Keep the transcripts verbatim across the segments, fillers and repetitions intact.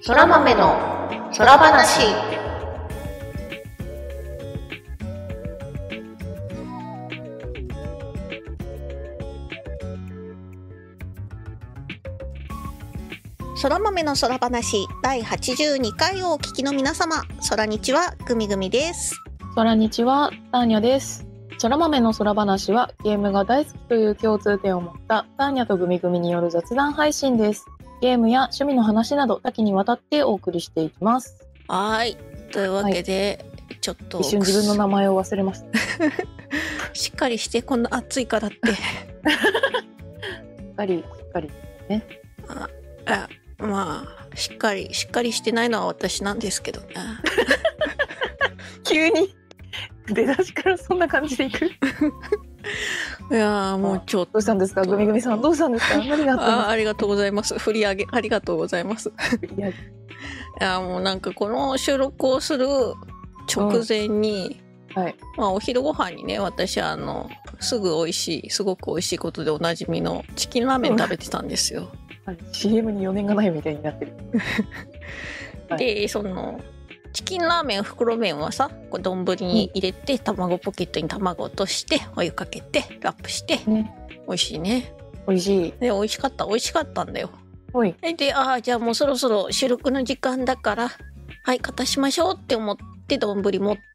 そら豆の空話。そら豆の空話だいはちじゅうにかいをお聞きの皆様、そらにちは、ぐみぐみです。 そらにちは、ターニャです。そら豆の空話はゲームが大好きという共通点を持ったターニャとグミグミによる雑談配信です。ゲームや趣味の話など多岐にわたってお送りしていきます。 はい、というわけで、はい、ちょっと一瞬自分の名前を忘れましたしっかりして、こんな暑いからってしっかりしっかりね。 ああまあしっかりしっかりしてないのは私なんですけどね急に出だしからそんな感じでいくいやもうちょっとどうしたんですか、グミグミさん、どうしたんですか。何があったんですか。 あ、ありがとうございます。振り上げありがとうございます振り上げいやもうなんかこの収録をする直前に、うん、はい、まあ、お昼ご飯にね、私あのすぐ美味しいすごく美味しいことでおなじみのチキンラーメン食べてたんですよ、 うん、はい、シーエム に余念がないみたいになってるで、はい、そのチキンラーメン袋麺はさ、こう丼に入れて、うん、卵ポケットに卵を落としてお湯かけてラップして、ね、美味しいね。 美味しい。 で美味しかった美味しかったんだよ。 おいで、ああじゃあもうそろそろ収録の時間だからはい片しましょうって思って丼持って、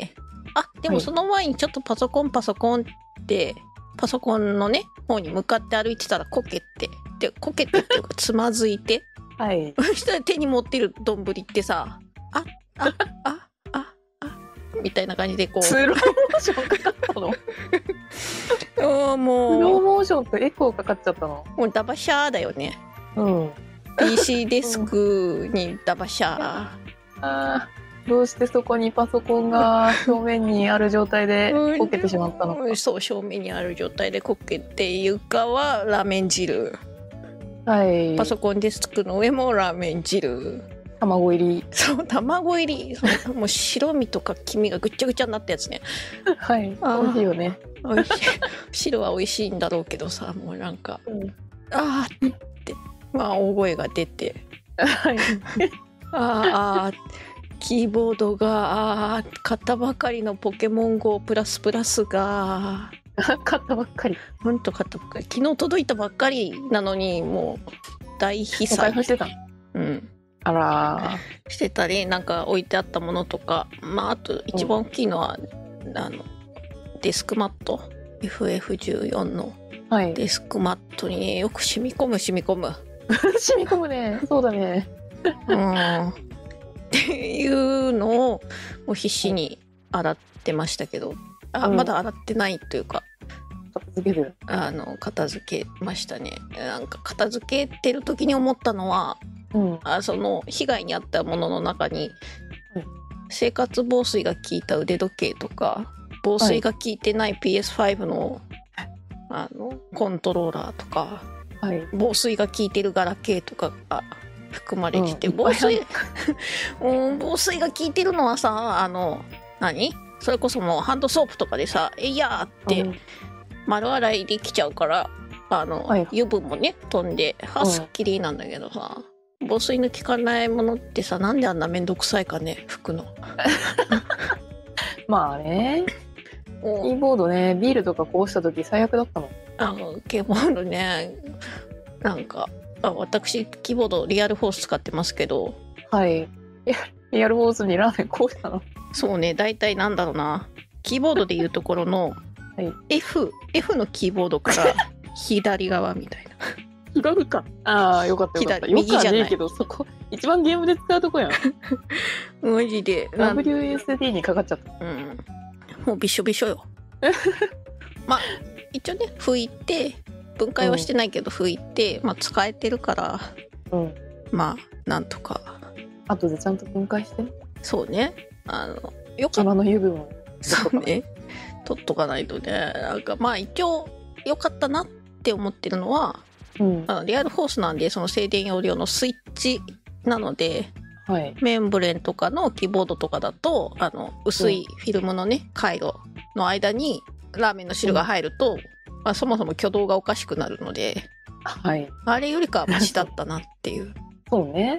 あでもその前にちょっとパソコンパソコンってパソコンのね方に向かって歩いてたらこけてでこけてっていうかつまずいてはいそしたら手に持ってる丼ってさあああああみたいな感じでこうスローモーションかかったのあもうスローモーションとエコーかかっちゃったの。 もうダバシャーだよね。 うん、 ピーシー デスクにダバシャー、うん、 あどうしてそこにパソコンが正面にある状態でこけてしまったのか、 うん、そう正面にある状態でこけて、床はラーメン汁、はい、パソコンデスクの上もラーメン汁、 卵入り、 そう卵入り、そうもう白身とか黄身がぐっちゃぐちゃになったやつねはい美味しいよね。 美味しい白は美味しいんだろうけどさ、もうなんか、うん、あーってまあ大声が出てはいああキーボードがあ買ったばかりのポケモン ゴー プラスプラスが買ったばっかり、 ほんと買ったばっかり、昨日届いたばっかりなのにもう大被災してた。うんあらしてたり、なんか置いてあったものとか、まああと一番大きいのは、うん、あのデスクマット エフエフじゅうよん のデスクマットに、ね、よく染み込む染み込む染み込むね。そうだねうんっていうのをもう必死に洗ってましたけど、あ、うん、まだ洗ってないというか片付けるあの片付けましたね。なんか片付けてる時に思ったのは、うん、あその被害に遭ったものの中に、うん、生活防水が効いた腕時計とか防水が効いてない ピーエスファイブ の、はい、あのコントローラーとか、はい、防水が効いてるガラケーとかが含まれてて、うん、防水うん、防水が効いてるのはさ、あの何それこそもうハンドソープとかでさえいやーって丸洗いできちゃうから、あの、はい、油分もね飛んではすっきりなんだけどさ、うん、防水の効かないものってさ、なんであんなめんどくさいかね、拭くのまあね、キーボードね、ビールとかこうした時最悪だったもん。 あのキーボードね、なんかあ私キーボードリアルフォース使ってますけど、 はいリアルフォースにラーメンこうしたの。 そうね、だいたいなんだろうな、キーボードでいうところの、はい、F, F のキーボードから左側みたいな左か、ああよかったよかった、右じゃないけど、そこ一番ゲームで使うとこやんマジでダブリューエスディー にかかっちゃった、 うん、もうびしょびしょよまあ一応ね拭いて、分解はしてないけど拭いて、うん、まあ使えてるから、うん、まあなんとか後でちゃんと分解して。 そうね、あのよかったの油分をそうね取っとかないとね。なんかまあ一応良かったなって思ってるのは、うん、あのリアルフォースなんでその静電容量のスイッチなので、はい、メンブレンとかのキーボードとかだとあの薄いフィルムのね、うん、回路の間にラーメンの汁が入ると、うんまあ、そもそも挙動がおかしくなるので、はい、あれよりかはマシだったなっていうそうね、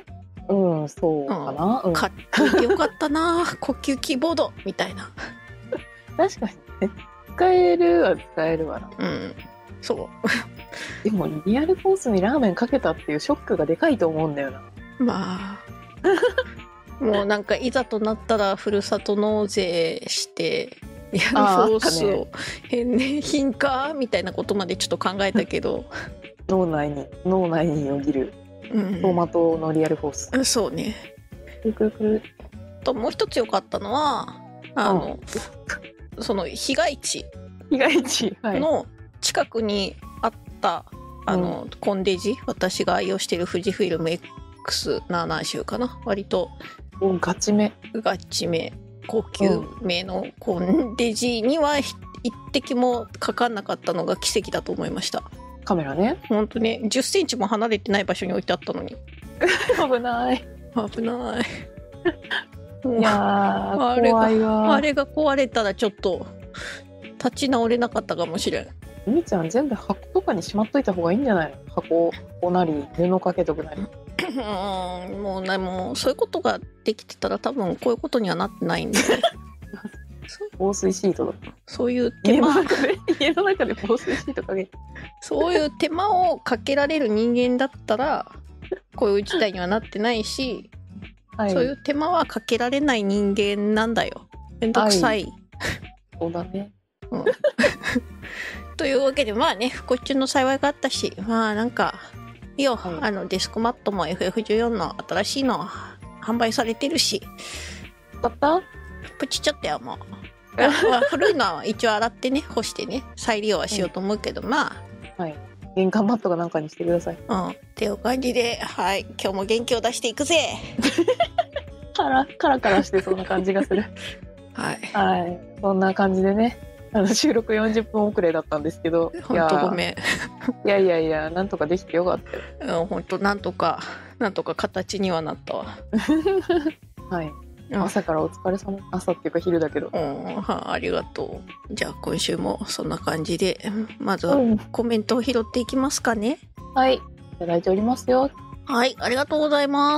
うん、そうかな。うん、 買っといてよかったな呼吸キーボードみたいな。 確かにね、使えるは使えるわな。 うん、そうでもリアルフォースにラーメンかけたっていうショックがでかいと思うんだよな。 まあもうなんかいざとなったらふるさと納税してリアルフォースを返礼品かみたいなことまでちょっと考えたけど脳内に脳内によぎるうん走馬灯のリアルフォース。 そうね。 くるくるくるともう一つ良かったのはあの、うん、その被害地被害地の近くにあった、はい、あの、うん、コンデジ、私が愛用している富士フイルム エックスななじゅう かな、割とガチめガチめ高級めのコンデジには一滴もかかんなかったのが奇跡だと思いました。 カメラね、 ほんとね、じゅっセンチも離れてない場所に置いてあったのに危ない危ないいやー怖いわ。 あれが壊れたらちょっと立ち直れなかったかもしれん。 みーちゃん全部箱とかにしまっといた方がいいんじゃないの？箱箱なり布かけとくなりうん、もうね、もうそういうことができてたら多分こういうことにはなってないんで防水シートだ。 そういう手間家の中で家の中で防水シートかけそういう手間をかけられる人間だったらこういう事態にはなってないし、はい、そういう手間はかけられない人間なんだよ。めんどくさい、はい、 そうだね、 うん、というわけでまあね、不幸中の幸いがあったし、まあなんかいいよ、はい、あのデスクマットも エフエフじゅうよん の新しいの販売されてるし。 買った？ プチっちゃったよもう古いのは一応洗ってね干してね再利用はしようと思うけど、うん、まあはい玄関マットかなんかにしてください。 うんっていう感じで、はい今日も元気を出していくぜカラカラカラしてそうな感じがするはいはいそんな感じでね、あの収録よんじゅっぷん遅れだったんですけど、 ほんとごめんいやいやいやなんとかできてよかったよ。 うんほんとなんとかなんとか形にはなったわはい朝からお疲れ様。朝っていうか昼だけど、 うん、はあ、ありがとう。じゃあ今週もそんな感じでまずはコメントを拾っていきますかね、 うん、はいいただいておりますよ。 はいありがとうございます。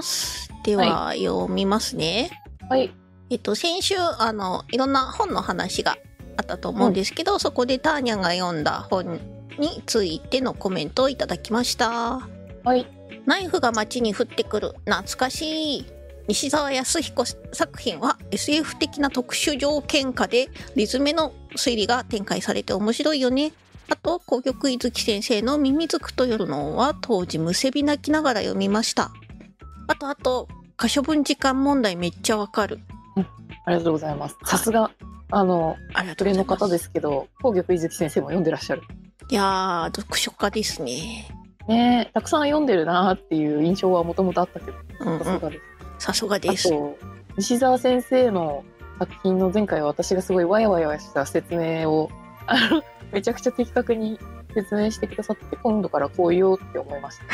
では、はい、読みますね。 はいえっと先週あのいろんな本の話があったと思うんですけど、うん、そこでターニャが読んだ本についてのコメントをいただきました。 はい。 ナイフが街に降ってくる懐かしい。西澤康彦作品は エスエフ 的な特殊条件下でリズムの推理が展開されて面白いよね。あと紅玉伊月先生のミミズクと夜のは当時むせび泣きながら読みました。あとあと可処分時間問題めっちゃわかる、 うん、ありがとうございます。さすがあのプレの方ですけど紅玉伊月先生も読んでらっしゃる。 いやー読書家ですね。 ねたくさん読んでるなっていう印象はもともとあったけど、 うんうん、さすがです。さすがです。 あと西澤先生の作品の前回は私がすごいワヤワヤした説明をあのめちゃくちゃ的確に説明してくださって、今度からこう言おうって思いました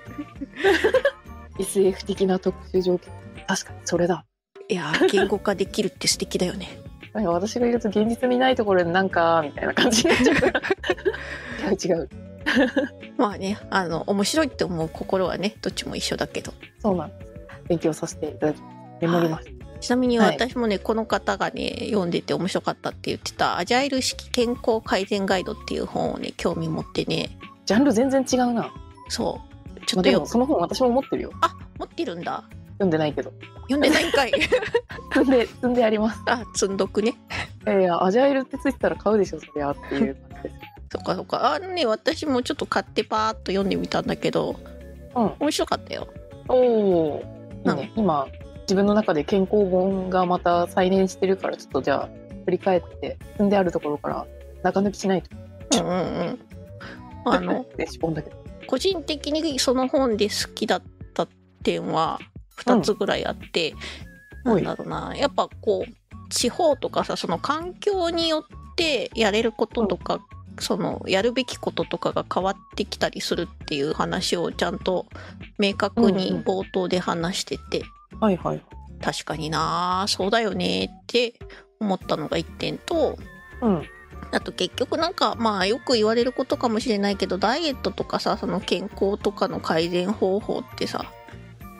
エスエフ 的な特殊条件、確かにそれだ。 いや言語化できるって素敵だよねなんか私が言うと現実味ないところでなんかみたいな感じになっちゃうから違う違うまあねあの面白いって思う心はねどっちも一緒だけど。 そうなんです。勉強させていただきます。メモります。 ちなみに私もね、はい、この方がね読んでて面白かったって言ってたアジャイル式健康改善ガイドっていう本をね興味持ってね。 ジャンル全然違うな。 そうちょっと、まあ、でもその本私も持ってるよ。 あ持ってるんだ。 読んでないけど。 読んでないんかい積んで積んであります。 あ積んどくね。 いやいやアジャイルってついてたら買うでしょそりゃっていう感じですそっかそっか。あのね私もちょっと買ってパーッと読んでみたんだけど、うん、面白かったよ。 おおいいね、うん、今自分の中で健康本がまた再燃してるからちょっとじゃあ振り返って積んであるところから中抜きしないと。 うんうんうんあの個人的にその本で好きだった点はふたつぐらいあって、うん、なんだろうなやっぱこう地方とかさその環境によってやれることとか、うん、そのやるべきこととかが変わってきたりするっていう話をちゃんと明確に冒頭で話してて、 うんうん、はいはい、 確かになそうだよねって思ったのがいってんと、うん、あと結局なんかまあよく言われることかもしれないけどダイエットとかさその健康とかの改善方法ってさ、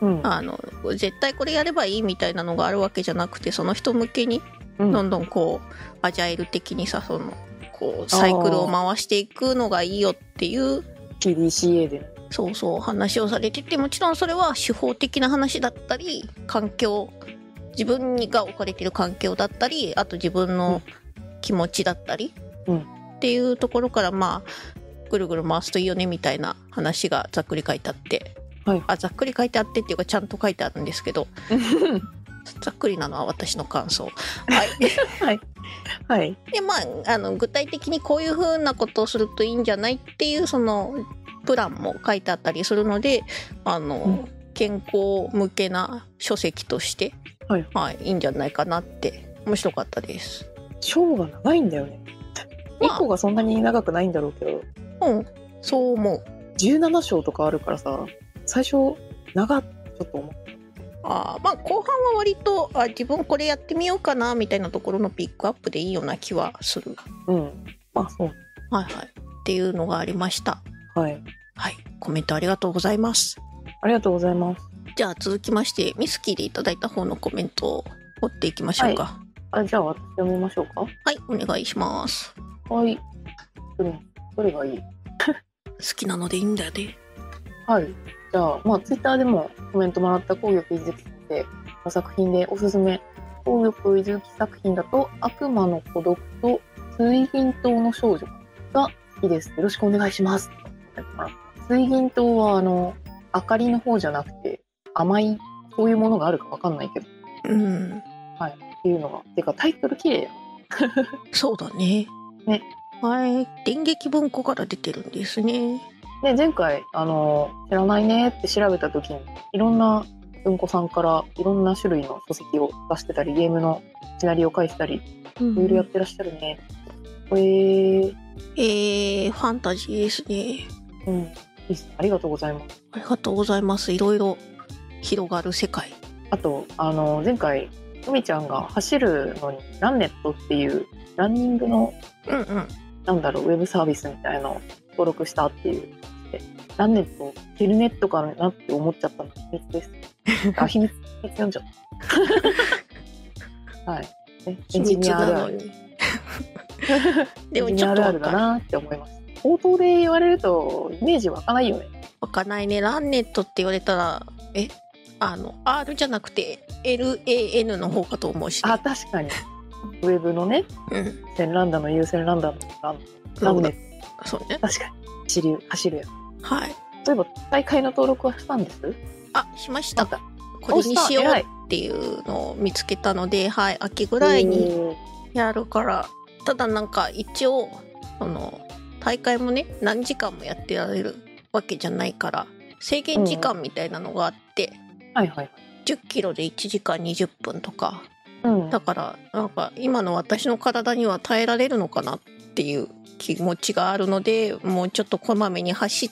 うん、 あの絶対これやればいいみたいなのがあるわけじゃなくて、その人向けにどんどんこう、うん、アジャイル的にさ、そのこうサイクルを回していくのがいいよっていうピーディーシーエー でそうそう話をされてて、もちろんそれは手法的な話だったり、環境、自分が置かれている環境だったり、あと自分の気持ちだったり、うん、っていうところから、まあぐるぐる回すといいよねみたいな話がざっくり書いてあって、はい、あざっくり書いてあってっていうかちゃんと書いてあるんですけどざっくりなのは私の感想。はいはいはい、 でまあ、あの具体的にこういう風なことをするといいんじゃないっていうそのプランも書いてあったりするので、あの、うん、健康向けな書籍として、はいはい、いいんじゃないかなって、面白かったです。 章が長いんだよね。いっこがそんなに長くないんだろうけど、 うん、そう思う。 じゅうなな章とかあるからさ、最初長っちょっと思った。 あまあ後半は割とあ自分これやってみようかなみたいなところのピックアップでいいような気はする。 うん、まあそう。 はいはい。っていうのがありました。 はいはい、コメントありがとうございます。 ありがとうございます。 じゃあ続きましてミスキーでいただいた方のコメントを追っていきましょうか。 はい、あじゃあ私読みましょうか。 はいお願いします。 はい。どれ、どれがいい？ 好きなのでいいんだよね。 はい。じゃあまあツイッターでもコメントもらった紅玉伊豆木先生の作品でおすすめ。紅玉伊豆木作品だと悪魔の孤独と水銀島の少女が好きです。よろしくお願いします。水銀島はあの明かりの方じゃなくて甘いそういうものがあるかわかんないけど、 うんはい、っていうのがてかタイトル綺麗やそうだね。 ねはい電撃文庫から出てるんですね。 で前回あの知らないねって調べた時にいろんな文庫さんからいろんな種類の書籍を出してたりゲームのシナリオを書いてたりいろいろやってらっしゃるね。これえー、ファンタジーですね。 うんありがとうございます。 ありがとうございます。いろいろ広がる世界。 あとあの前回ふみちゃんが走るのにランネットっていうランニングの、 うんうん、 なんだろうウェブサービスみたいなのを登録したっていうランネットヘルネットかなって思っちゃったの秘密です。あ秘密読んじゃった。はい、ね、エンジニアあるある。 でもちょっとエンジニアあるあるだなって思います。口頭で言われるとイメージ湧かないよね。 湧かないね。ランネットって言われたらえあの R じゃなくて エルエーエヌ の方かと思うし、ね、 あ確かにウェブのね、 うん、 線ランダの有線ランダのランネットそうね確かに走る走るやはい。 例えば大会の登録はしたんです？ あしました。これにしようっていうのを見つけたので、はい秋ぐらいにやるから。ただなんか一応その大会もね何時間もやってられるわけじゃないから制限時間みたいなのがあって、 うんはいはいはい、 じゅっキロでいちじかんにじゅっぷんとか、 うん、 だからなんか今の私の体には耐えられるのかなっていう気持ちがあるので、もうちょっとこまめに走って、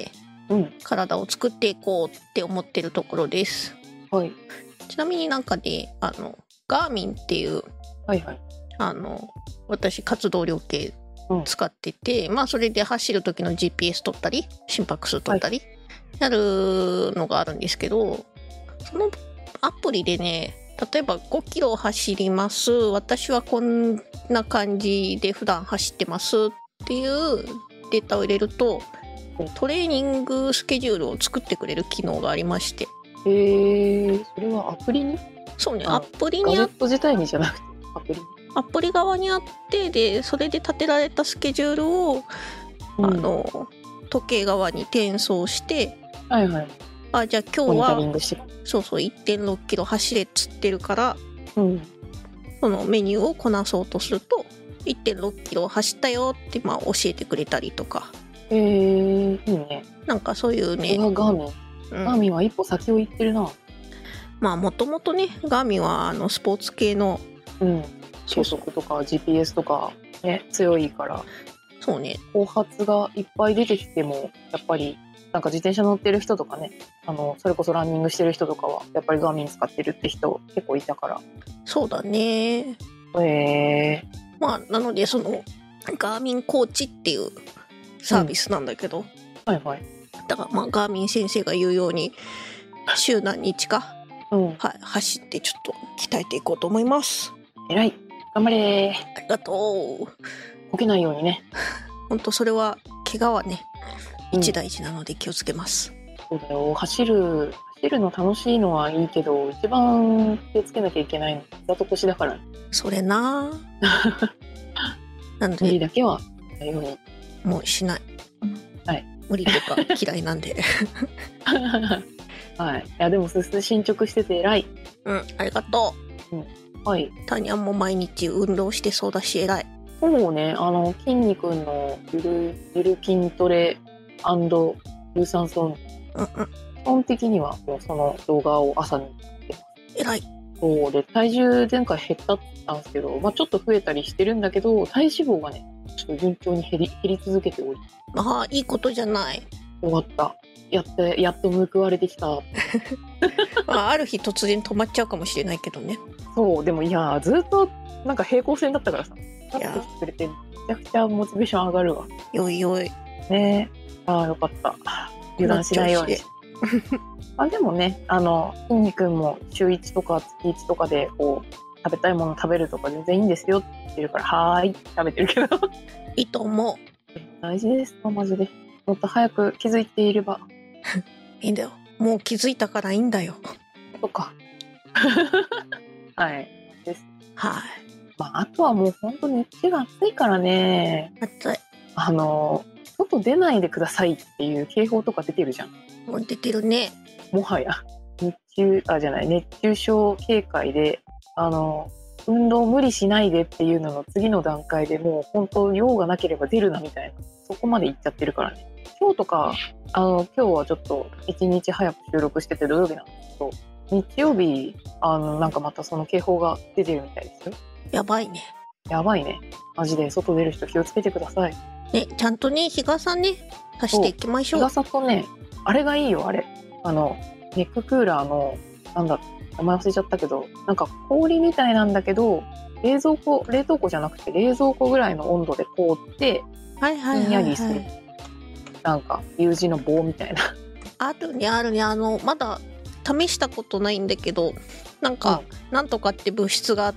うん、体を作っていこうって思ってるところです、 はい、 ちなみになんかねあのガーミンっていう、 はいはい、 あの私活動量計使ってて、うん、まあそれで走る時の ジーピーエス 取ったり心拍数取ったりやるのがあるんですけど、はい、そのアプリでね例えばごキロ走ります私はこんな感じで普段走ってますっていうデータを入れるとトレーニングスケジュールを作ってくれる機能がありまして。 へー、それはアプリに？ そうねアプリにガジェット自体にじゃなくてアプリアプリ側にあってでそれで立てられたスケジュールを、うん、あの時計側に転送して、 はいはい、 あじゃあ今日はそうそう いってんろくキロ走れっつってるから、うん、そのメニューをこなそうとすると いってんろくキロ走ったよってまあ教えてくれたりとか。 へえー、いいね。 なんかそういうねガーミン、うん、ガーミンは一歩先を行ってるな。 まあもともとねガーミンはあのスポーツ系の、 うん計測とか ジーピーエス とか、ね、強いからそうね後発がいっぱい出てきてもやっぱりなんか自転車乗ってる人とかねあのそれこそランニングしてる人とかはやっぱりガーミン使ってるって人結構いたから。 そうだね。 へえー、 まあなのでそのガーミンコーチっていうサービスなんだけど、 うん、はいはい。 だからまあガーミン先生が言うように週何日か、 うん、 はい、走ってちょっと鍛えていこうと思います。 偉い。頑張れー。 ありがとう。 こけないようにね。 本当それは怪我はね、 うん一大事なので気をつけます。 そうだよ。走る走るの楽しいのはいいけど、一番気をつけなきゃいけないの膝と腰だから。 それななの無理でだけはないように。 もうしない。 はい。 無理とか嫌いなんで。 はい。いやでもすす進捗してて偉い。 うん、ありがとう。はい。 タニャンも毎日運動してそうだし偉い。 そうね、あの筋肉のゆるゆる筋トレ&有酸素運動。 うんうん。 基本的にはもうその動画を朝にやってます。 偉い。 そうで、体重前回減ったって言ったんですけど、まあ、ちょっと増えたりしてるんだけど、体脂肪がね、ちょっと順調に減り減り続けており、 まあいいことじゃない。 よかった。やってやっと報われてきた。 まあ、ある日突然止まっちゃうかもしれないけどね。 そうでもいやずっとなんか平行線だったからさ、 いや立ってきてくれてめちゃくちゃモチベーション上がるわ。 よいよい。 ねえ、ああよかった。油断しないように。まあでもね、あの筋肉も週いちとか月いちとかでこう食べたいもの食べるとか全然いいんですよって言ってるから、はーい食べてるけどいいと思う。 大事ですマジで。もっと早く気づいていれば。 いいんだよ。もう気づいたからいいんだよ。 そっかはいです。 はい。 まあ、あとはもう本当に日中が暑いからね、 暑い。 あの外出ないでくださいっていう警報とか出てるじゃん。 もう出てるね。 もはや日中あじゃない熱中症警戒で、あの運動無理しないでっていうのの次の段階でもう本当用がなければ出るなみたいな、そこまでいっちゃってるからね。今日とかあの今日はちょっと一日早く収録してて土曜日なんですけど、日曜日あのなんかまたその警報が出てるみたいですよ。 やばいね。 やばいね。マジで外出る人気をつけてください。 ね、ちゃんとね、日傘ね、さしていきましょう。 日傘とね、あれがいいよ、あれ。あの、ネッククーラーの、なんだ、名前忘れちゃったけど、なんか氷みたいなんだけど、冷蔵庫、冷凍庫じゃなくて冷蔵庫ぐらいの温度で凍って、 はいはいひんはい、はい。 やりする。なんか、U 字の棒みたいな。 あるね、あるね。あの、まだ試したことないんだけど、なんか、うん、なんとかって物質があって、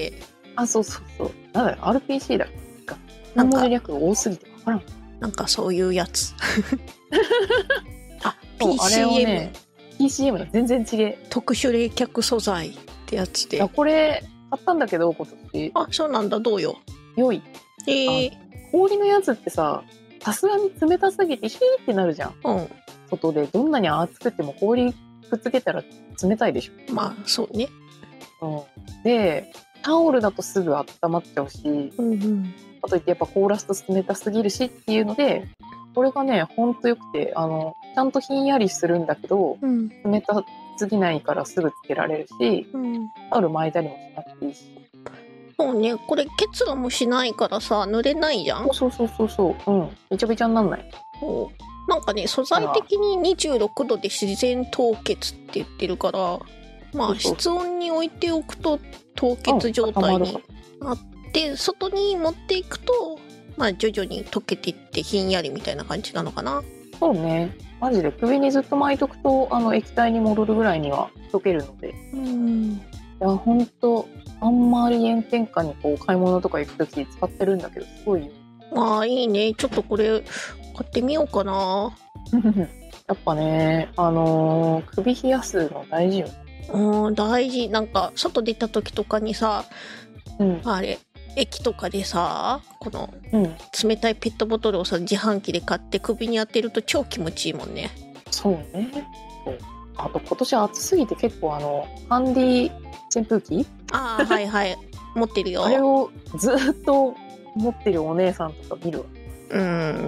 あ、そうそうそう。なんだよ、アールピーシー だっけか。なん文字略多すぎてわからん。 なんかそういうやつ。あ、 ピーシーエム。あれをね、ピーシーエム だ。全然違え。 特殊冷却素材ってやつで。 あ、これ、買ったんだけど、今年。 あ、そうなんだ、どうよ。 良い。 えー、 氷のやつってさ、さすがに冷たすぎてヒーってなるじゃん。 うん。 外でどんなに暑くても氷くっつけたら冷たいでしょ。 まあ、そうね。 うん。で、タオルだとすぐ温まっちゃうし、 うんうん、 かといってやっぱ凍らすと冷たすぎるしっていうので、これがねほんとよくて、あのちゃんとひんやりするんだけど、うん、冷たすぎないからすぐつけられるし、うん、タオル巻いたりもしなくていいし。 そうね、これ結露もしないからさ濡れないじゃん。 そうそうそうそう、うん、べちゃべちゃになんない。 そうなんかね、素材的ににじゅうろくどで自然凍結って言ってるから、まあ室温に置いておくと凍結状態になって、外に持っていくと、まあ、徐々に溶けていってひんやりみたいな感じなのかな。 そうね、マジで首にずっと巻いとくとあの液体に戻るぐらいには溶けるので、うん、いやほんとあんまり炎天下にこう買い物とか行くとき使ってるんだけどすごいよ。 ああいいね、ちょっとこれ買ってみようかな。 やっぱね、あのー、首冷やすの大事よ。 うん、大事。なんか外出た時とかにさ、うん、あれ駅とかでさ、この冷たいペットボトルをさ自販機で買って首に当てると超気持ちいいもんね。 そうね。そう。あと今年暑すぎて結構あのハンディ扇風機、 ああはいはい持ってるよ。 あれをずっと持ってるお姉さんとか見るわ。 うん、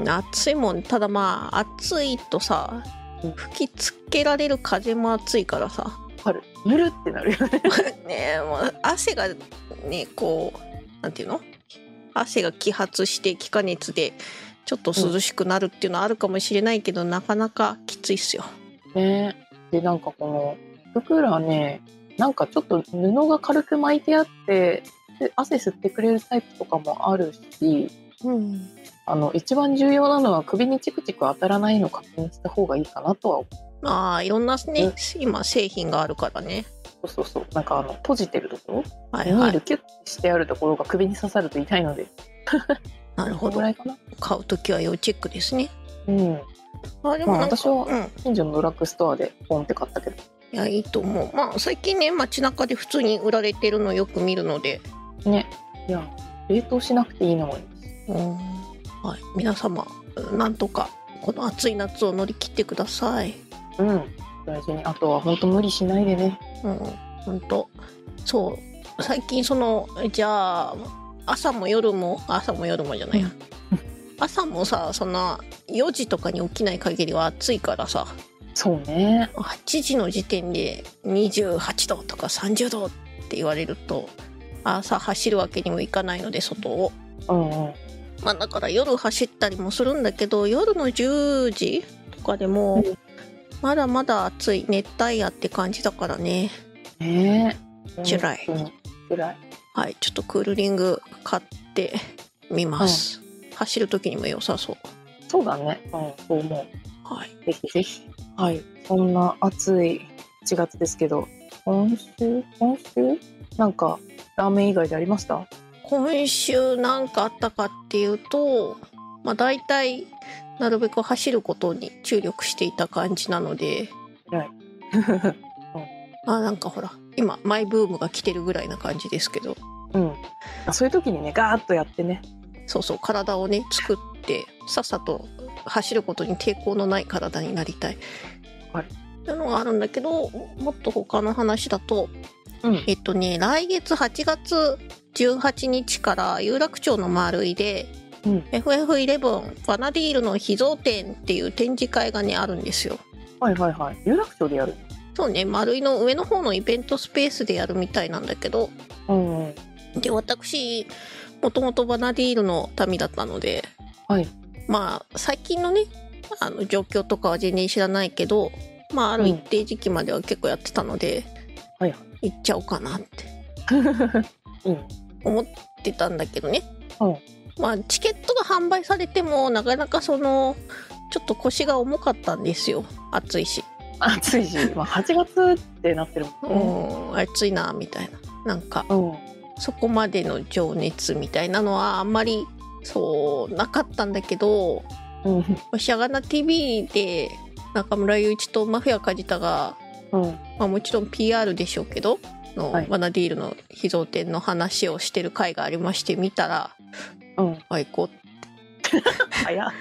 暑いもん。ただまあ暑いとさ、吹きつけられる風も暑いからさ、 春ぬるってなるよね。 ねえ、もう汗がね、こうなんていうの、汗が揮発して気化熱でちょっと涼しくなるっていうのはあるかもしれないけど、うん、なかなかきついっすよ。 ねでなんかこのクーラーね、なんかちょっと布が軽く巻いてあってで汗吸ってくれるタイプとかもあるし、うん、あの一番重要なのは首にチクチク当たらないの確認した方がいいかなとは思う。 ああ、いろんなね、今製品があるからね。 そうそうそう。なんかあの閉じてるところ、 はいはい、 ビニールキュッてしてあるところが首に刺さると痛いので。 なるほど。 ぐらいかな。 買うときは要チェックですね。 うん。 あでもなんか、 まあ、私は近所のドラッグストアでポンって買ったけど。 いや、いいと思う。まあ最近ね、街中で普通に売られてるのよく見るので。 ね。いや、冷凍しなくていいのもいいです。 うん。はい。皆様、なんとかこの暑い夏を乗り切ってください。 うん。大事に。あとは本当無理しないでね。 うん。本当。そう。最近そのじゃあ朝も夜も朝も夜もじゃないや。朝もさ、そんなよじとかに起きない限りは暑いからさ。 そうね。 はちじの時点でにじゅうはちどとかさんじゅうどって言われると朝走るわけにもいかないので外を、 うんうん、 まあだから夜走ったりもするんだけど、夜のじゅうじとかでもまだまだ暑い熱帯夜って感じだからね。 ねえ、 辛い辛い。 はい、ちょっとクールリング買ってみます、うん、走る時にも良さそう。 そうだね、うん、そう思う。 はい、 ぜひぜひ。はい、そんな暑いしちがつですけど、今週今週なんかラーメン以外でありました？ 今週なんかあったかっていうと、まあだいたいなるべく走ることに注力していた感じなので、 はい、 うん、あ、なんかほら今マイブームが来てるぐらいな感じですけど、 うん、そういう時にねガーッとやってね、 そうそう、体をね作ってさっさと走ることに抵抗のない体になりたい、 はい、 というのがあるんだけど、もっと他の話だと、 うん、 えっとね来月はちがつじゅうはちにちから有楽町の丸井で、うん、エフエフイレブン バナディールの秘蔵展っていう展示会がねあるんですよ。 はいはいはい。有楽町でやる？ そうね、丸井の上の方のイベントスペースでやるみたいなんだけど、うんうん、で私もともとバナディールの民だったので、はい、まあ最近のねあの状況とかは全然知らないけど、まあある一定時期までは結構やってたので、うん、はい、行っちゃおうかなって、うん、思ってたんだけどね、うん、まあチケットが販売されてもなかなかそのちょっと腰が重かったんですよ。暑いし暑いし、まあ、はちがつってなってるもんね。 うん、暑いなみたいな、なんか、うん、そこまでの情熱みたいなのはあんまりそうなかったんだけど、うん、しゃがな ティーブイ で中村雄一とマフィア梶田が、うん、まあ、もちろん ピーアール でしょうけどの、はい、バナディールの秘蔵展の話をしてる回がありまして、見たら、うん、あ、行こうって早っ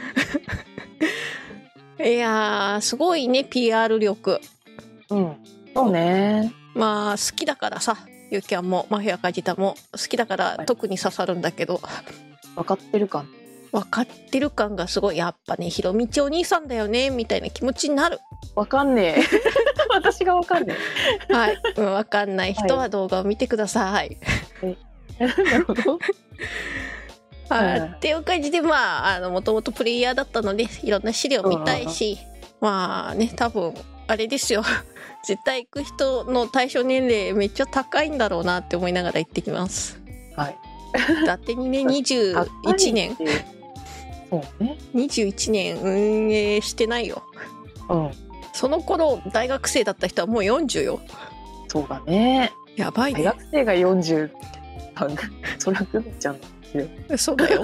いやーすごいね ピーアール 力。 うん、そうね。 まあ好きだからさ、ユーキャンもマフィア梶田も好きだから特に刺さるんだけど、 分かってる感分かってる感がすごい。やっぱねひろみちお兄さんだよねみたいな気持ちになる。 分かんねえ私が分かんねえはい、うん、分かんない人は動画を見てください、 はい、なるほどはい、っていう感じで、まああのもともとプレイヤーだったのでいろんな資料見たいし、まあね多分あれですよ絶対行く人の対象年齢めっちゃ高いんだろうなって思いながら行ってきます。 はい。 だってにねにじゅういちねんそうねにじゅういちねん運営してないよ。うん。その頃大学生だった人はもうよんじゅうよ。 そうだね。 やばいね。 大学生がよんじゅうそりゃくっちゃんそうだよ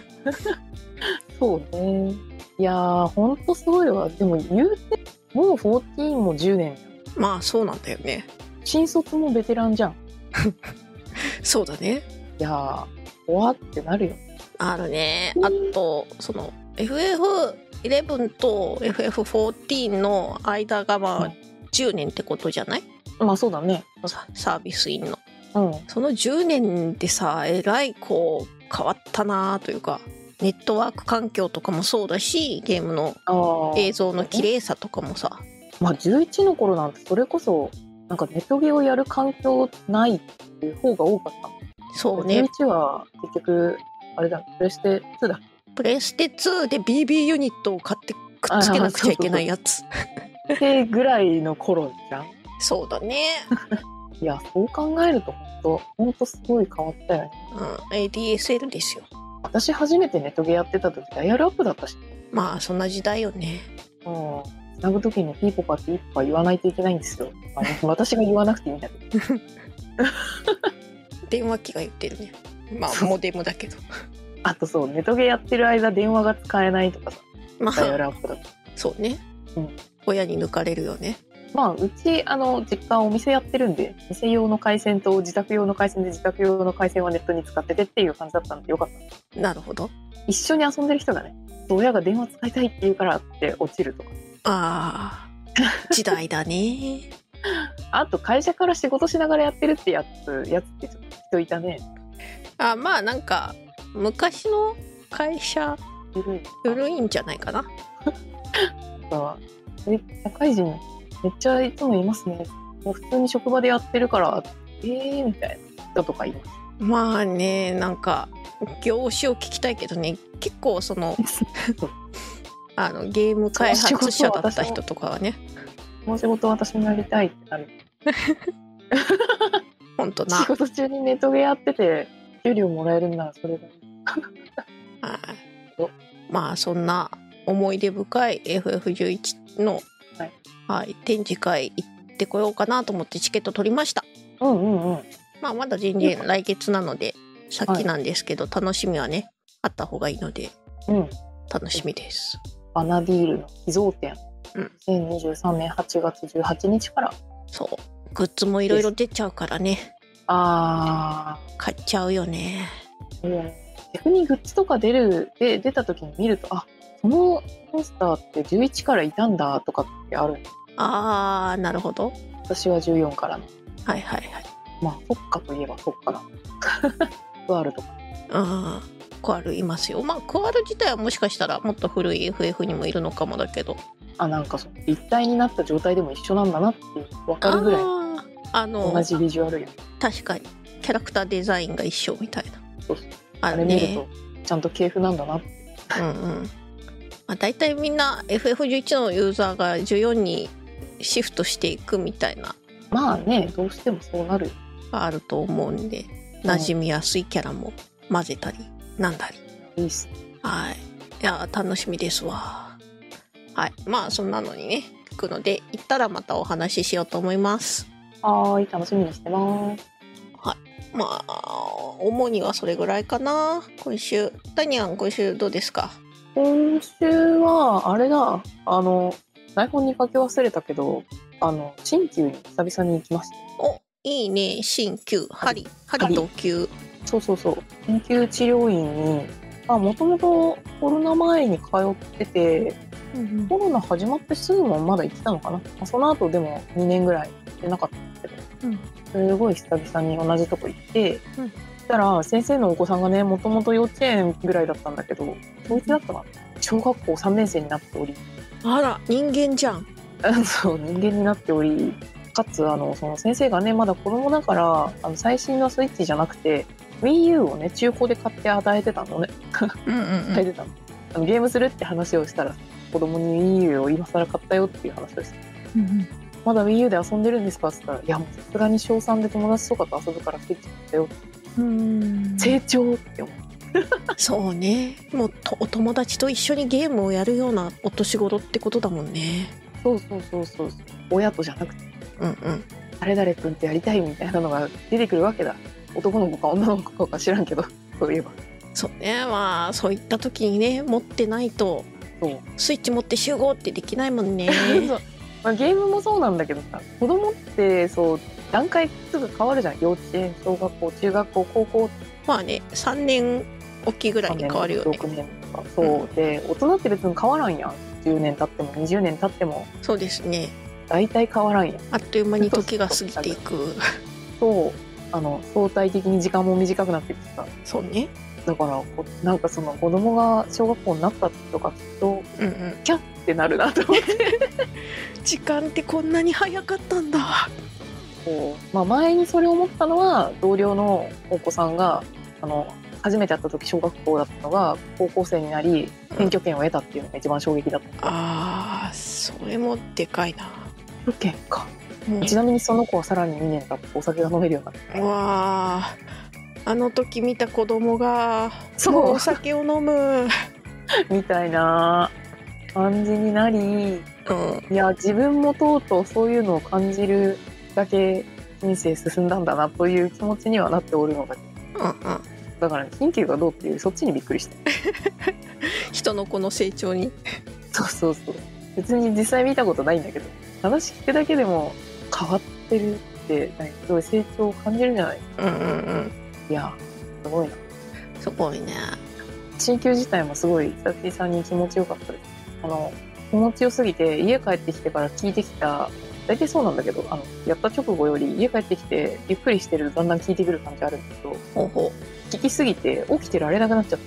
そうね。いやーほんとすごいわ。でも言うてもうじゅうよんもじゅうねん。 まあそうなんだよね。 新卒もベテランじゃんそうだね。 いやー終わってなるよ。 あるね。あとその エフエフイレブン と エフエフフォーティーン の間がまあじゅうねんってことじゃない？ まあそうだね。 サービスインの、うん、そのじゅうねんでさえらいこう変わったなというか、ネットワーク環境とかもそうだしゲームの映像の綺麗さとかもさ、 まあじゅういちの頃なんてそれこそなんかネトゲをやる環境ないっていう方が多かった。 そうね。 じゅういちは結局あれだ、プレステツーだ。 プレステツーで ビービー ユニットを買ってくっつけなくちゃいけないやつってぐらいの頃じゃん。 そうだねいやそう考えると本当本当すごい変わったよね。 うん、エーディーエスエル ですよ。 私初めてネトゲやってた時ダイヤルアップだったし。 まあそんな時代よね。 うん。 つなぐときにピーポカピーポカ言わないといけないんですよ。あの私が言わなくていいんだけど。 電話機が言ってるね。まあモデムだけど。 あとそう、ネトゲやってる間電話が使えないとかさ。 まあ、 ダイヤルアップだと。 そうね、 うん、 親に抜かれるよね。 まあうちあの実家お店やってるんで、店用の回線と自宅用の回線で自宅用の回線はネットに使っててっていう感じだったんでよかった。 なるほど。 一緒に遊んでる人がね、親が電話使いたいって言うからって落ちるとか。 ああ、時代だね。 あと会社から仕事しながらやってるってやつやつってちょっと人いたね。 あ、まあなんか昔の会社古い古いんじゃないかな。 え、社会人めっちゃいつも言いますね。もう普通に職場でやってるからえーみたいな人とかいます。 まあね、なんか業種を聞きたいけどね、結構そのあのゲーム開発者だった人とかはね、 この仕事私もやりたいってなる。 ほんとな。 仕事中にネトゲやってて給料もらえるんならそれがいい。 まあそんな思い出深い エフエフじゅういち の、はいはい、展示会行ってこようかなと思ってチケット取りました。 うんうんうん。 まあまだ全然来月なので先なんですけど、はい、楽しみはねあった方がいいので、うん、楽しみです。 バナディールの秘蔵展、うん、にせんにじゅうさんねんはちがつじゅうはちにちから。 そうグッズもいろいろ出ちゃうからね。 あー買っちゃうよね。 うん、逆にグッズとか出るで出た時に見ると、あ、このポスターってじゅういちからいたんだとかってある。 あーなるほど。 私はじゅうよんからの。 はいはいはい。 まあそっかといえばそっかな。クアルとか。 ああ、クアルいますよ。まあクアル自体はもしかしたらもっと古い エフエフ にもいるのかもだけど。 あ、なんかそう立体になった状態でも一緒なんだなって分かるぐらい。ああの同じビジュアルや。 確かにキャラクターデザインが一緒みたいな。 そうそう。あれ見るとちゃんと系譜なんだなって。 うんうん。まあ、大体みんな エフエフじゅういち のユーザーがじゅうよんにシフトしていくみたいな。 まあね、どうしてもそうなる。 あると思うんで、馴染みやすいキャラも混ぜたりなんだり。 いいっす。 はい。いや楽しみですわ。はい。まあそんなのにね行くので行ったらまたお話ししようと思います。 はい、楽しみにしてます。 はい。まあ主にはそれぐらいかな。今週ダニアン今週どうですか？ 今週はあれだ、あの台本に書き忘れたけど、あの鍼灸に久々に行きました。 お、いいね。鍼灸、針、針と灸。 そうそうそう。鍼灸治療院に、あ、もともとコロナ前に通ってて、うんうん、コロナ始まってすぐもまだ行ってたのかな。その後でもにねんぐらい行ってなかったんですけど、うん、すごい久々に同じとこ行って、うん、そしたら先生のお子さんがね、もともと幼稚園ぐらいだったんだけど、小いちだったかな。小学校さんねん生になっており。 あら、人間じゃん。 そう、人間になっており、かつあのその先生がねまだ子供だからあの最新のスイッチじゃなくて WiiU をね中古で買って与えてたのね。うんうん、うん、与えてたの。あのゲームするって話をしたら子供に WiiU を今更買ったよっていう話をして、うんうん、まだ WiiU で遊んでるんですかって言ったら、いやもうさすがに小さんで友達とかと遊ぶからスイッチ買ったよって。うーん、成長って思う。 そうね、もうとお友達と一緒にゲームをやるようなお年頃ってことだもんね。 そうそうそうそう、親とじゃなくて、 うんうん、 誰々君ってやりたいみたいなのが出てくるわけだ。男の子か女の子か知らんけど、そういえば。 そうね、まあそういった時にね持ってないとそうスイッチ持って集合ってできないもんね。 そう、まあ、ゲームもそうなんだけどさ、子供ってそう段階すぐ変わるじゃん。幼稚園、小学校、中学校、高校。 まあね、さんねんおきぐらいに変わるよね。 ろくねんとか。そう、うん、で大人って別に変わらんやん。じゅうねん経ってもにじゅうねん経っても。 そうですね、 大体変わらんやん。 あっという間に時が過ぎていく。 そう、あの相対的に時間も短くなってきてさ。 そうね、 だからなんかその子供が小学校になったとかきっと、うんうん、キャッってなるなと思って時間ってこんなに早かったんだ。 こう、まあ、前にそれを思ったのは同僚のお子さんがあの初めて会った時小学校だったのが高校生になり免許権を得たっていうのが一番衝撃だった、うん、 あー、それもでかいな。 免許権か、うん、ちなみにその子はさらににねん経ってお酒が飲めるようになった。 うわー、あの時見た子供がもうお酒を飲むみたいな感じになり、 うん、 いや自分もとうとうそういうのを感じるだけ人生進んだんだなという気持ちにはなっておるのだけど、 うんうん、 だから、ね、緊急がどうっていうそっちにびっくりした人の子の成長に。 そうそうそう、別に実際見たことないんだけど、話聞くだけでも変わってるってすごい成長を感じるじゃない。 うんうんうん、 いやすごいな。 すごいね。 進級自体もすごい久々さんに気持ちよかったです。あの気持ちよすぎて家帰ってきてから聞いてきた、大体そうなんだけど、あのやった直後より家帰ってきてゆっくりしてるとだんだん聞いてくる感じあるんだけど、 ほうほ聞きすぎて起きてられなくなっちゃった、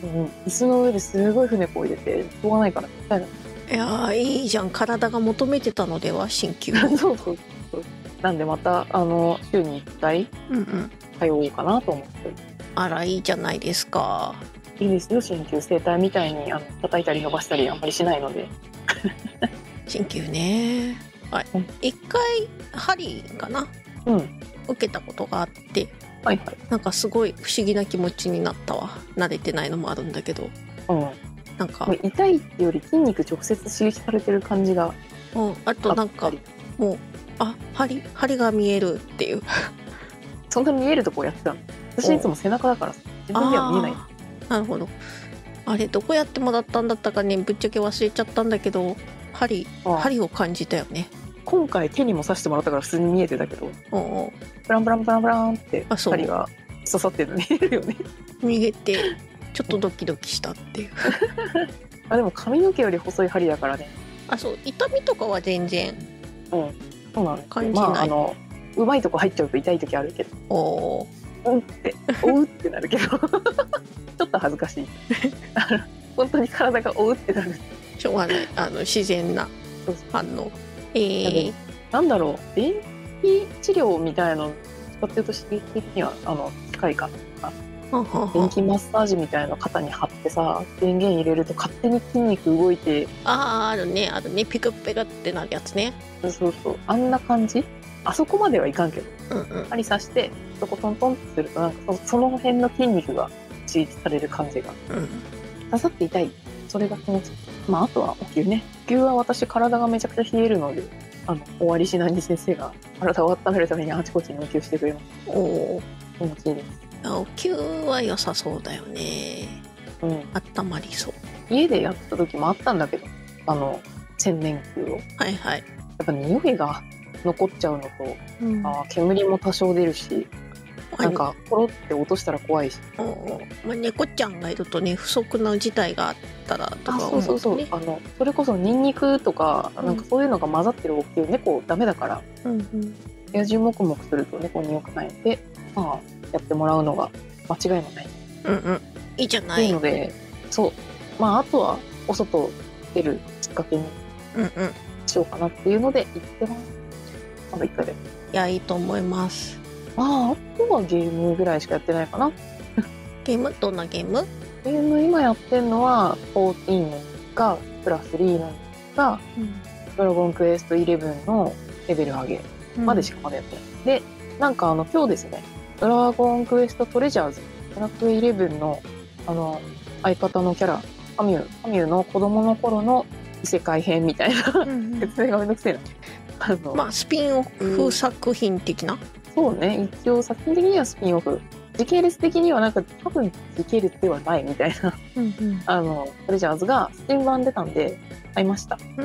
うん、椅子の上ですごい船こいでてしょうがないからみたいな。 う。いやーいいじゃん、体が求めてたのでは鍼灸。 そうそうそう、なんでまたあの週にいっかいうんうん、 通おうかなと思ってる。 あらいいじゃないですか。 いいですよ、鍼灸整体みたいにあの叩いたり伸ばしたりあんまりしないので。 鍼灸ね、はい、 うん、 一回針かな、 うん、 受けたことがあって、 はいはい、 なんかすごい不思議な気持ちになったわ。慣れてないのもあるんだけど、 うん、 なんかもう痛いってより筋肉直接刺激されてる感じがうん、あとなんかもうあ針針が見えるっていう。 そんな見えるとこやってたの。私いつも背中だから自分では見えない。 なるほど。あれどこやってもらったんだったかね、ぶっちゃけ忘れちゃったんだけど、針針を感じたよね。 今回手にも刺してもらったから普通に見えてたけど、 おうブランブランブランブランってあそう針が刺さってるの見えるよね。 逃げてちょっとドキドキしたっていう。 あでも髪の毛より細い針だからね。 あそう、痛みとかは全然うんそうなんです。 感じない。 まああのうまいとこ入っちゃうと痛い時あるけど、 おうんっておうってなるけどちょっと恥ずかしい本当に体がおうってなる。 しょうがない、あの自然な反応。えー、 なんだろう、電気治療みたいなの使ってると刺激的にはあの近いかな。電気マッサージみたいな肩に貼ってさ、電源入れると勝手に筋肉動いて、 あああるねあるね、ピクピクってなるやつね。 そうそう、あんな感じ。あそこまではいかんけど、 うんうん、 針刺してそこトントンってするとなんか そ, その辺の筋肉が刺激される感じが、 うん、 刺さって痛い、それが気持ちいい。まああとはお灸ね。お灸は私体がめちゃくちゃ冷えるので、あの終わりしなに先生が体を温めるためにあちこちにお灸してくれます。 おお、 気持ちいいです。 お灸は良さそうだよね。 うん、 温まりそう。 家でやった時もあったんだけど、あの洗面灸を、 はいはい、 やっぱ匂いが残っちゃうのと、うん、あ煙も多少出るし、なんかポロって落としたら怖いし、 おお、まあ、猫ちゃんがいるとね、不測の事態があったらとか思う、ね、 あそうそうそう、あのそれこそニンニクとか、うん、なんかそういうのが混ざってるお灸、猫ダメだから、うんうん、野獣もくもくすると猫に良くないので、まあやってもらうのが間違いもない。 うんうん、いいじゃない。 いいので、そうまああとはお外出るきっかけにしようかなっていうので言ってます。まだいっかいで。 いやいいと思います。 まああとはゲームぐらいしかやってないかな。 ゲームどんなゲーム？ ゲーム今やってるのはじゅうよんがプラスさんなんですが、うん、ドラゴンクエストじゅういちのレベル上げまでしかまだやってない、うん、でなんかあの今日ですね、ドラゴンクエストトレジャーズドラクエじゅういちのあの相方のキャラカミュカミュの子供の頃の異世界編みたいな説明がめんどくせえな。あのまあスピンオフ作品的な、 そうね、一応作品的にはスピンオフ、時系列的にはなんか多分時系列ではないみたいなうん、うん、あのトレジャーズがスチーム版出たんで買いました。うん、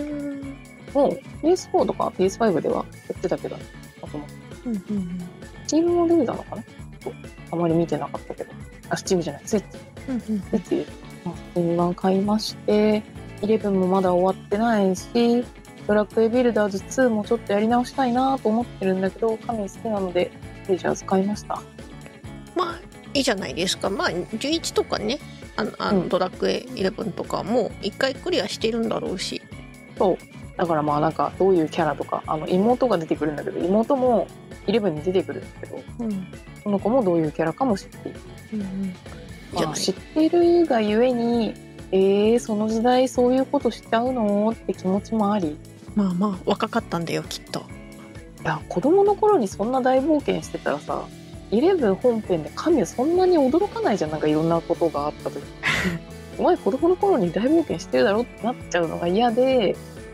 もう ピーエスフォー とか ピーエスファイブ ではやってたけど、あとも、うんうんうん、スチームも出てたのかな、あまり見てなかったけど、あスチームじゃないスイッチ、うんうん、スイッチで、まあ、スチーム版買いまして、じゅういちもまだ終わってないし、ドラクエビルダーズツーもちょっとやり直したいなと思ってるんだけど、神好きなのでトレジャーズ買いました。 まあいいじゃないですか。まあじゅういちとかね、あのあの、うん、ドラクエじゅういちとかもいっかいクリアしてるんだろうし、 そうだからまあなんかどういうキャラとか、あの妹が出てくるんだけど、妹もじゅういちに出てくるんだけど、うん、その子もどういうキャラかも知っている、うんうんまあ、知ってるがゆえにえー、その時代そういうことしちゃうのって気持ちもあり、 まあまあ若かったんだよきっと。 いや子供の頃にそんな大冒険してたらさ、じゅういち本編で神はそんなに驚かないじゃん。なんかいろんなことがあった時お前子供の頃に大冒険してるだろってなっちゃうのが嫌で、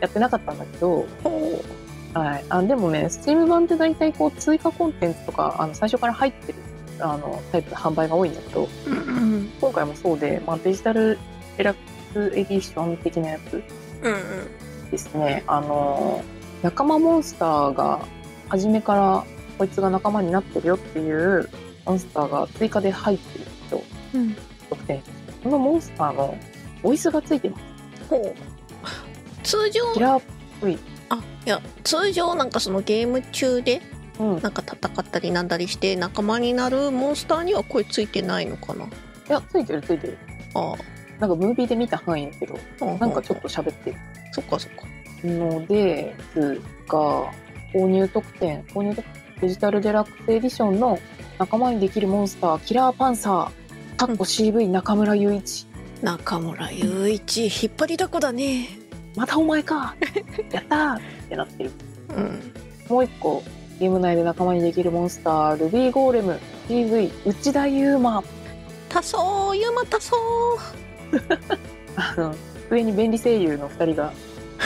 やってなかったんだけど、 ほはい、あでもね Steam 版って大体こう追加コンテンツとかあの最初から入ってるあのタイプで販売が多いんだけど、 うんうん、 今回もそうで、まあ、デジタルデラックスエディション的なやつうんうんですね。あの仲間モンスターが初めからこいつが仲間になってるよっていうモンスターが追加で入ってると、 うん、 特典このモンスターのボイスがついてます。 ほう通常キラーっぽい。 あいや通常なんかそのゲーム中でうん、 なんか戦ったりなんだりして仲間になるモンスターには声ついてないのかな。 いやついてるついてる。 あなんかムービーで見た範囲だけど、 あなんかちょっと喋ってるそっかそっかのですが、購入特典購入特典デジタルデラックスエディションの仲間にできるモンスターキラーパンサーかっこ シーブイ 中村雄一。 中村雄一引っ張りだこだね。 またお前かやったーってなってる。 うん、 もう一個ゲーム内で仲間にできるモンスタールビーゴーレム シーブイ 内田悠馬。 多層ユマ多層あの上に便利声優のふたりが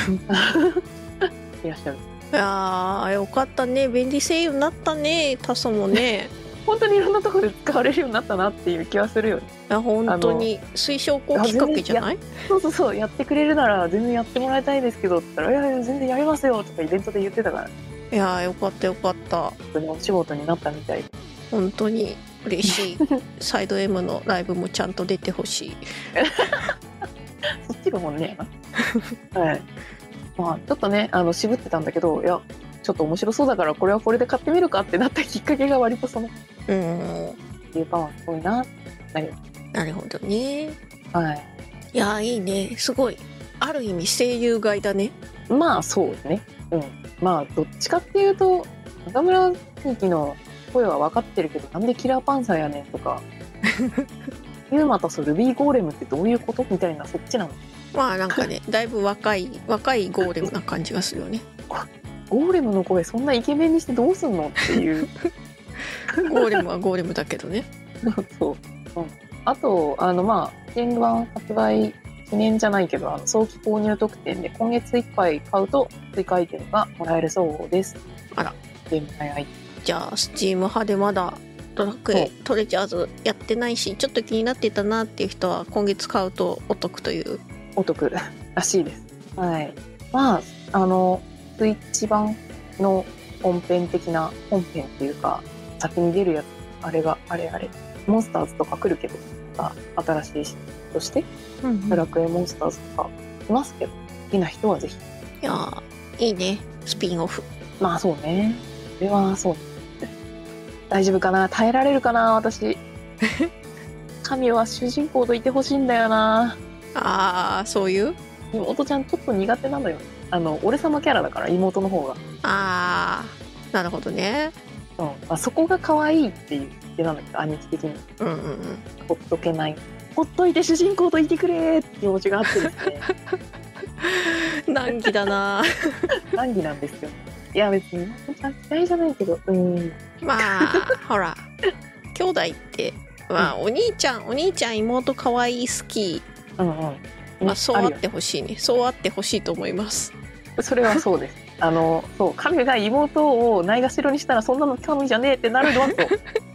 いらっしゃる。 いやーよかったね便利声優になったね多層もね本当にいろんなところで使われるようになったなっていう気はするよね。 いや本当に推奨校きっかけじゃない？ そうそうそうやってくれるなら全然やってもらいたいですけどって言ったらいやいや全然やりますよとかイベントで言ってたから、 いやよかったよかった。 本当にお仕事になったみたいで本当に嬉しいサイド M のライブもちゃんと出てほしいそっちが本音やなはい。まあちょっとねあの渋ってたんだけど、いやちょっと面白そうだからこれはこれで買ってみるかってなったきっかけが割とそのうんリューパワーすごいなってなる。 なるほどね。 はい。 いやいいねすごいある意味声優買いだね。 まあそうですね。うん。まあどっちかっていうと中村兄貴の声は分かってるけどなんでキラーパンサーやねんとかユーマとルビーゴーレムってどういうことみたいなそっちなの。 まあなんかねだいぶ若い若いゴーレムな感じがするよねゴーレムの声そんなイケメンにしてどうすんのっていうゴーレムはゴーレムだけどねそう、うん、あとあのまあゲーム版発売記念じゃないけどあの早期購入特典で今月いっぱい買うと追加アイテムがもらえるそうです。 あらゲーム内アイテムじゃあスチーム派でまだドラクエトレジャーズやってないしちょっと気になってたなっていう人は今月買うとお得というお得らしいです。はい。まああのスイッチ版の本編的な本編っていうか先に出るやつあれがあれあれモンスターズとか来るけどが新しいしとして、うんうん、ドラクエモンスターズとかいますけど好きな人はぜひ。 いやいいねスピンオフ。 まあそうねこれはそう大丈夫かな耐えられるかな私神は主人公といてほしいんだよな。 あーそういう妹ちゃんちょっと苦手なのよ。あの俺様キャラだから妹の方が。 あーなるほどね。 うんまあ、そこが可愛いっていう気なんだけど兄貴的に、 うんうんうん、 ほっとけないほっといて主人公といてくれって気持ちがあってですね難儀だな難儀なんですよ。いや別に妹ちゃん嫌いじゃないけどうんまあほら兄弟ってまあ、うん、お兄ちゃんお兄ちゃん妹可愛い好き、 うんうんまあ、そうあってほしいね。そうあってほしいと思います。 それはそうです。あのそう神が妹をないがしろにしたらそんなの神じゃねえってなるのはそう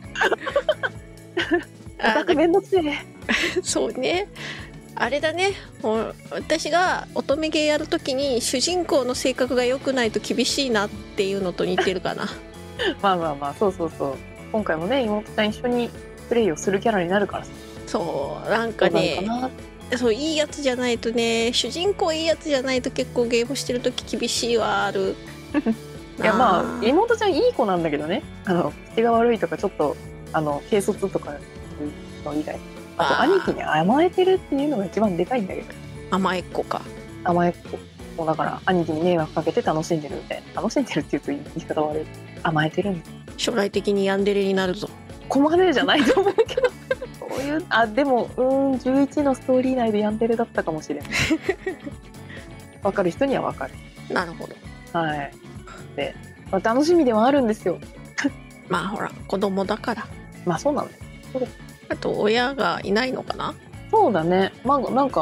オタクめんどくせえそうねあれだね私が乙女ゲーやるときに主人公の性格が良くないと厳しいなっていうのと似てるかなまあまあまあそうそうそう今回もね妹ちゃん一緒にプレイをするキャラになるからそうなんかねそういいやつじゃないとね主人公いいやつじゃないと結構ゲームしてるとき厳しいはあるいやまあ妹ちゃんいい子なんだけどねあの口が悪いとかちょっとあの軽率とかいうの以外あと兄貴に甘えてるっていうのが一番でかいんだけど甘えっ子か甘えっ子だから兄貴に迷惑かけて楽しんでるみたいな楽しんでるっていうと言い方悪い甘えてるんです将来的にヤンデレになるぞここまでじゃないと思うけどそういうあでもうーんじゅういちのストーリー内でヤンデレだったかもしれない分かる人には分かる。 なるほどはいで、まあ、楽しみではあるんですよまあほら子供だからまあそうなんだよ。 あと親がいないのかな。 そうだねまあなんか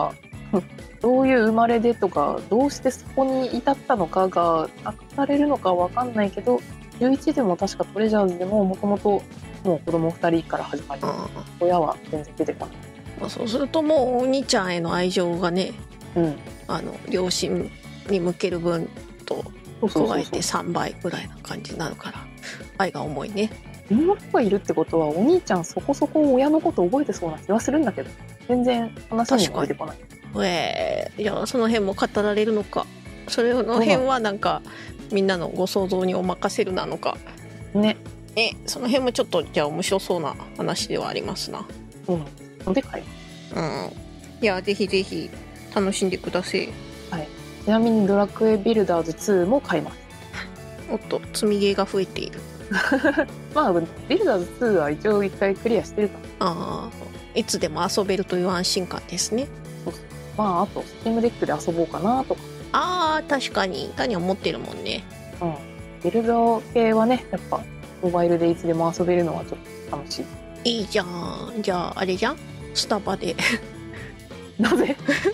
どういう生まれでとか、どうしてそこに至ったのかが明かされるのかわかんないけど、じゅういちでも確かトレジャーズでももともともう子供ふたりから始まり、親は全然出てこない。 まあ、そうするともうお兄ちゃんへの愛情がね、 うん、 あの両親に向ける分と加えてさんばいぐらいな感じになるから愛が重いね。 妹がいるってことはお兄ちゃんそこそこ親のこと覚えてそうな気はするんだけど、全然話にも出てこない。 えー、いやその辺も語られるのか、それの辺はなんかみんなのご想像にお任せるなのかね。 えその辺もちょっとじゃあ面白そうな話ではありますな。 うんので買います。うん。いやぜひぜひ楽しんでください。 はい。ちなみにドラクエビルダーズツーも買います。 おっと積みゲーが増えている。 まあビルダーズツーは一応一回クリアしてるから。 ああ、いつでも遊べるという安心感ですね。 そうそう。まああとスチームデックで遊ぼうかなとか。 ああ確かにタニは持ってるもんね。 うん。ビルダー系はねやっぱモバイルでいつでも遊べるのはちょっと楽しい。 いいじゃん。じゃああれじゃん、スタバでなぜ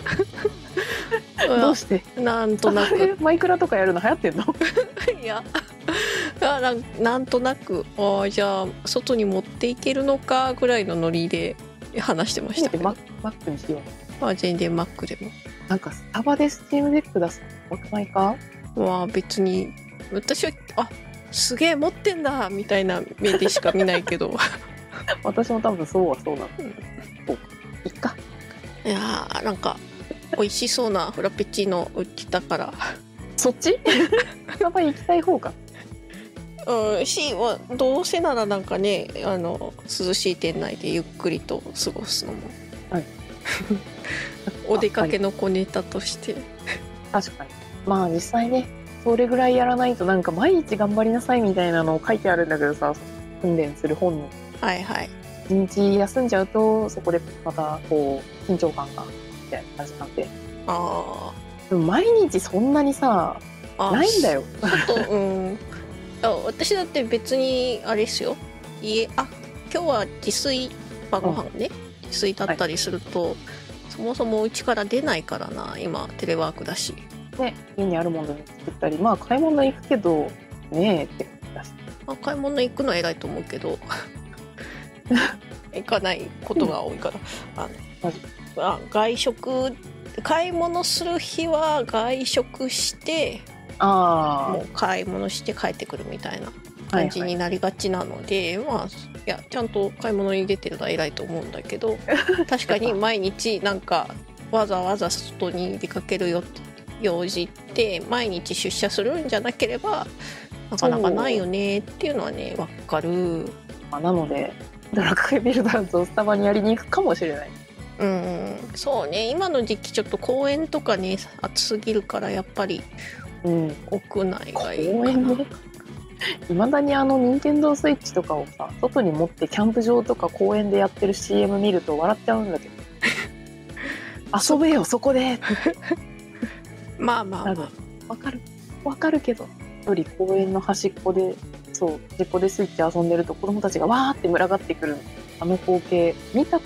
どうしてなんとなくマイクラとかやるの流行ってんのいやあななんとなくあじゃあ外に持っていけるのかぐらいのノリで話してましたけど、 マックにしよう。 まあ全然 Mac でもなんかスタバでスチームデック出すのよくないか。 まあ別に私はあすげえ持ってんだみたいな目でしか見ないけど私も多分そうはそうなの、うん、そうかいっか。 いやーなんか美味しそうなフラペチーノ売ってたからそっちスタバ行きたい方か。 うんしどうせならなんかねあの涼しい店内でゆっくりと過ごすのも、 はい、 お出かけの小ネタとして確かに。まあ実際ねそれぐらいやらないとなんか毎日頑張りなさいみたいなのを書いてあるんだけどさ、訓練する本にはいはい一日休んじゃうとそこでまたこう緊張感がみたいな感じなんで。 あでも毎日そんなにさあないんだよ。 ちょっとうんあ私だって別にあれですよ家あ今日は自炊晩ご飯ね、うん、自炊だったりすると、はい、そもそもうちから出ないからな今テレワークだしね、家にあるものに作ったり、まあ買い物行くけどねえってだし、 まあ、買い物行くのは偉いと思うけど行かないことが多いから、うん、あのあ外食買い物する日は外食してあもう買い物して帰ってくるみたいな感じになりがちなので、はいはい、まあいやちゃんと買い物に出てるのは偉いと思うんだけど確かに毎日なんかわざわざ外に出かけるよって用事って毎日出社するんじゃなければなかなかないよねっていうのはね分かる。 なのでドラクエビルダーズをスタバにやりに行くかもしれない。 うんそうね今の時期ちょっと公園とかね暑すぎるからやっぱり、うん、屋内がいいかな。公園ねいまだにあの任天堂スイッチとかをさ外に持ってキャンプ場とか公園でやってる シーエム 見ると笑っちゃうんだけど遊べよそこでまあまあまあわかるわかるけど一人公園の端っこでそう端っこでスイッチ遊んでると子供たちがわーって群がってくるあの光景見た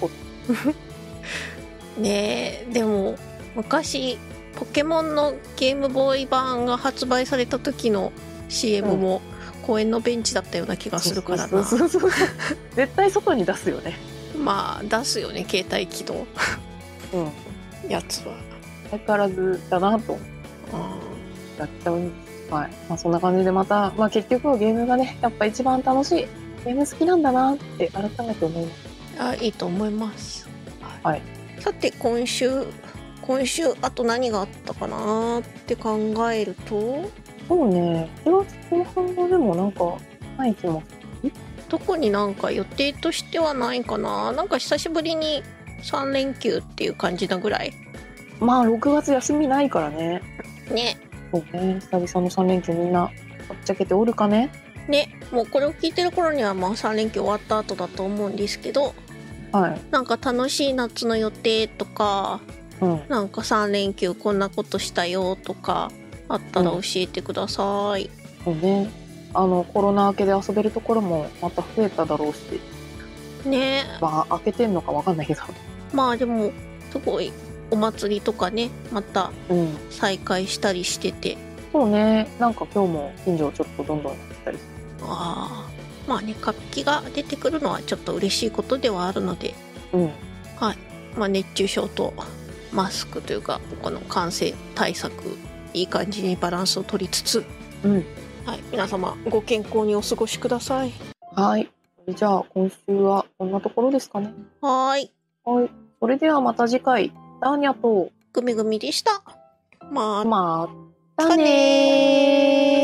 ことねえでも昔ポケモンのゲームボーイ版が発売された時の シーエム も公園のベンチだったような気がするからな。 絶対外に出すよね。 まあ出すよね携帯機のうんやつは相変わらずだなとやっちゃう、はいまあ、そんな感じでまた、まあ、結局はゲームがねやっぱ一番楽しいゲーム好きなんだなって改めて思います。あいいと思います、 はい、 さて今週今週あと何があったかなって考えるとそうねしちがつこう半のでもなんかない気も特になんか予定としてはないかな。なんか久しぶりにさん連休っていう感じなぐらい。 まあろくがつ休みないからね。 ね。 そうね久々のさん連休みんなぶっちゃけておるかね。 ねもうこれを聞いてる頃にはまあさん連休終わった後だと思うんですけど、 はい、 なんか楽しい夏の予定とか、うん、なんかさん連休こんなことしたよとかあったら教えてください。 うん、そうねあのコロナ明けで遊べるところもまた増えただろうしねまあ開けてんのか分かんないけどまあでもすごいお祭りとかねまた再開したりしてて、 うん、そうね、なんか今日も近所をちょっとどんどんやったりする。 ああ、まあね、活気が出てくるのはちょっと嬉しいことではあるので、 うん、 はい、まあ、熱中症とマスクというかこの感染対策いい感じにバランスを取りつつ、 うん、 はい、皆様ご健康にお過ごしください。 はい、じゃあ今週はこんなところですかね。 はい、 はい、それではまた次回。ターニャとグミグミでした。まあ、 またねー。